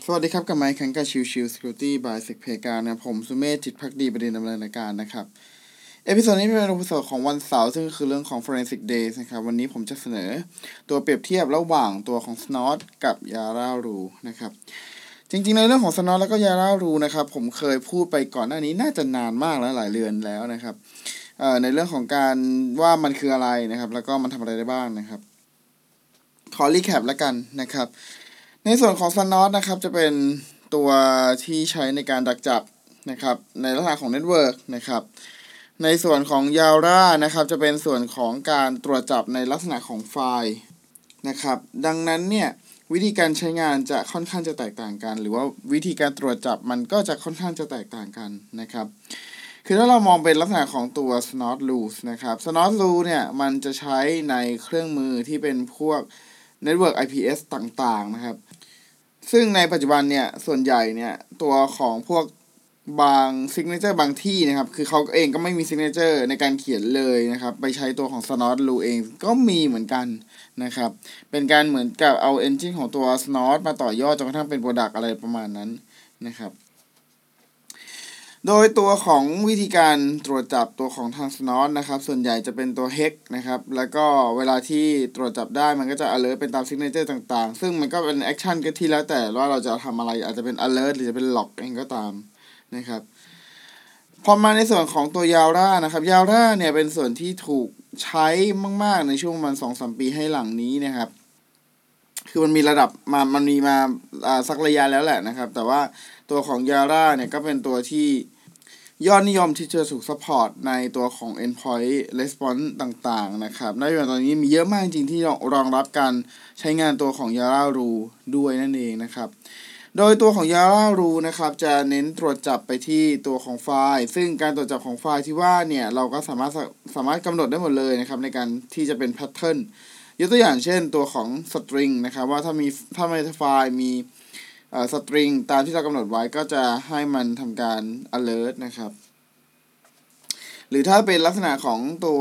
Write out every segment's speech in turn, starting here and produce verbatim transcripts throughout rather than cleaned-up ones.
สวัสดีครับกับไมค์ครั้งกับชิวชิว Security by Sec p การนะผมสุเมธจิตภักดีประเด็นดำเนินรายการนะครับเอพิโซดนี้เป็นเอพิโซดของวันเสาร์ซึ่งคือเรื่องของ Forensic Days นะครับวันนี้ผมจะเสนอตัวเปรียบเทียบระหว่างตัวของ Snort กับ Yara Rule นะครับจริงๆในเรื่องของ Snort แล้วก็ Yara Rule นะครับผมเคยพูดไปก่อนหน้านี้น่าจะนานมากแล้วหลายเดือนแล้วนะครับในเรื่องของการว่ามันคืออะไรนะครับแล้วก็มันทำอะไรได้บ้างนะครับขอรีแคปแล้วกันนะครับในส่วนของ Snort นะครับจะเป็นตัวที่ใช้ในการดักจับนะครับในลักษณะของเน็ตเวิร์กนะครับในส่วนของ Yara นะครับจะเป็นส่วนของการตรวจจับในลักษณะของไฟล์นะครับดังนั้นเนี่ยวิธีการใช้งานจะค่อนข้างจะแตกต่างกันหรือว่าวิธีการตรวจจับมันก็จะค่อนข้างจะแตกต่างกันนะครับคือถ้าเรามองเป็นลักษณะของตัว Snort Rules นะครับ Snort Rule เนี่ยมันจะใช้ในเครื่องมือที่เป็นพวก Network ไอ พี เอส ต่างๆนะครับซึ่งในปัจจุบันเนี่ยส่วนใหญ่เนี่ยตัวของพวกบาง signature บางที่นะครับคือเขาเองก็ไม่มี signature ในการเขียนเลยนะครับไปใช้ตัวของ Snort Rule เองก็มีเหมือนกันนะครับเป็นการเหมือนกับเอา engine ของตัว Snort มาต่อยอดจนกระทั่งเป็น product อะไรประมาณนั้นนะครับโดยตัวของวิธีการตรวจจับตัวของทาง Snort นะครับส่วนใหญ่จะเป็นตัว hex นะครับแล้วก็เวลาที่ตรวจจับได้มันก็จะ alert เป็นตาม signature ต่างๆซึ่งมันก็เป็น action ก็ที่แล้วแต่ว่าเราจะทำอะไรอาจจะเป็น alert หรือจะเป็น log เองก็ตามนะครับพอมาในส่วนของตัว Yara นะครับ Yara เนี่ยเป็นส่วนที่ถูกใช้มากๆในช่วงประมาณ สองถึงสาม ปีให้หลังนี้นะครับคือมันมีระดับมามันมีมาอ่าสักระยะแล้วแหละนะครับแต่ว่าตัวของ Yara เนี่ยก็เป็นตัวที่ยอดนิยมที่จะถูกซัพพอร์ตในตัวของ endpoint response ต่างๆนะครับในตอนนี้มีเยอะมากจริงที่รองรับการใช้งานตัวของ Yara Rule ด้วยนั่นเองนะครับโดยตัวของ Yara Rule นะครับจะเน้นตรวจจับไปที่ตัวของไฟล์ซึ่งการตรวจจับของไฟล์ที่ว่าเนี่ยเราก็สามารถสามารถกำหนดได้หมดเลยนะครับในการที่จะเป็น pattern ยกตัวอย่างเช่นตัวของ string นะครับว่าถ้ามีถ้าในไฟล์มีเอ่อ string ตามที่เรากำหนดไว้ก็จะให้มันทำการ alert นะครับหรือถ้าเป็นลักษณะของตัว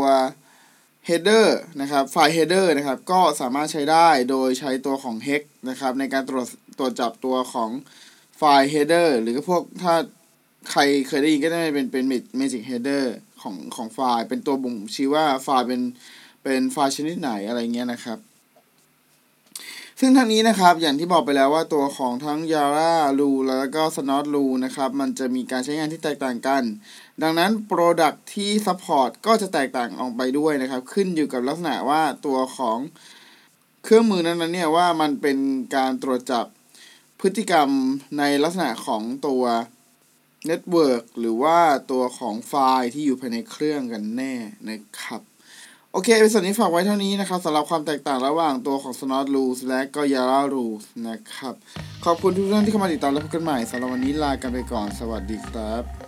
header นะครับไฟล์ header นะครับก็สามารถใช้ได้โดยใช้ตัวของ hex นะครับในการตรวจตรวจจับตัวของไฟล์ header หรือพวกถ้าใครเคยได้ยินก็ได้เป็นเป็น magic header ของของไฟล์เป็นตัวบ่งชี้ว่าไฟล์เป็นเป็นไฟล์ชนิดไหนอะไรเงี้ยนะครับซึ่งทั้งนี้นะครับอย่างที่บอกไปแล้วว่าตัวของทั้ง Yara Rule แล้วก็ Snort Rule นะครับมันจะมีการใช้งานที่แตกต่างกันดังนั้น Product ที่ Support ก็จะแตกต่างออกไปด้วยนะครับขึ้นอยู่กับลักษณะว่าตัวของเครื่องมือนั้นๆเนี่ยว่ามันเป็นการตรวจจับพฤติกรรมในลักษณะของตัว Network หรือว่าตัวของไฟล์ที่อยู่ภายในเครื่องกันแน่นะครับโอเคในส่วนนี้ฝากไว้เท่านี้นะครับสำหรับความแตกต่างระหว่างตัวของ Snort Rules และก็ Yara Rules นะครับขอบคุณทุกท่านที่เข้ามาติดตามและพบกันใหม่สำหรับวันนี้ลากันไปก่อนสวัสดีครับ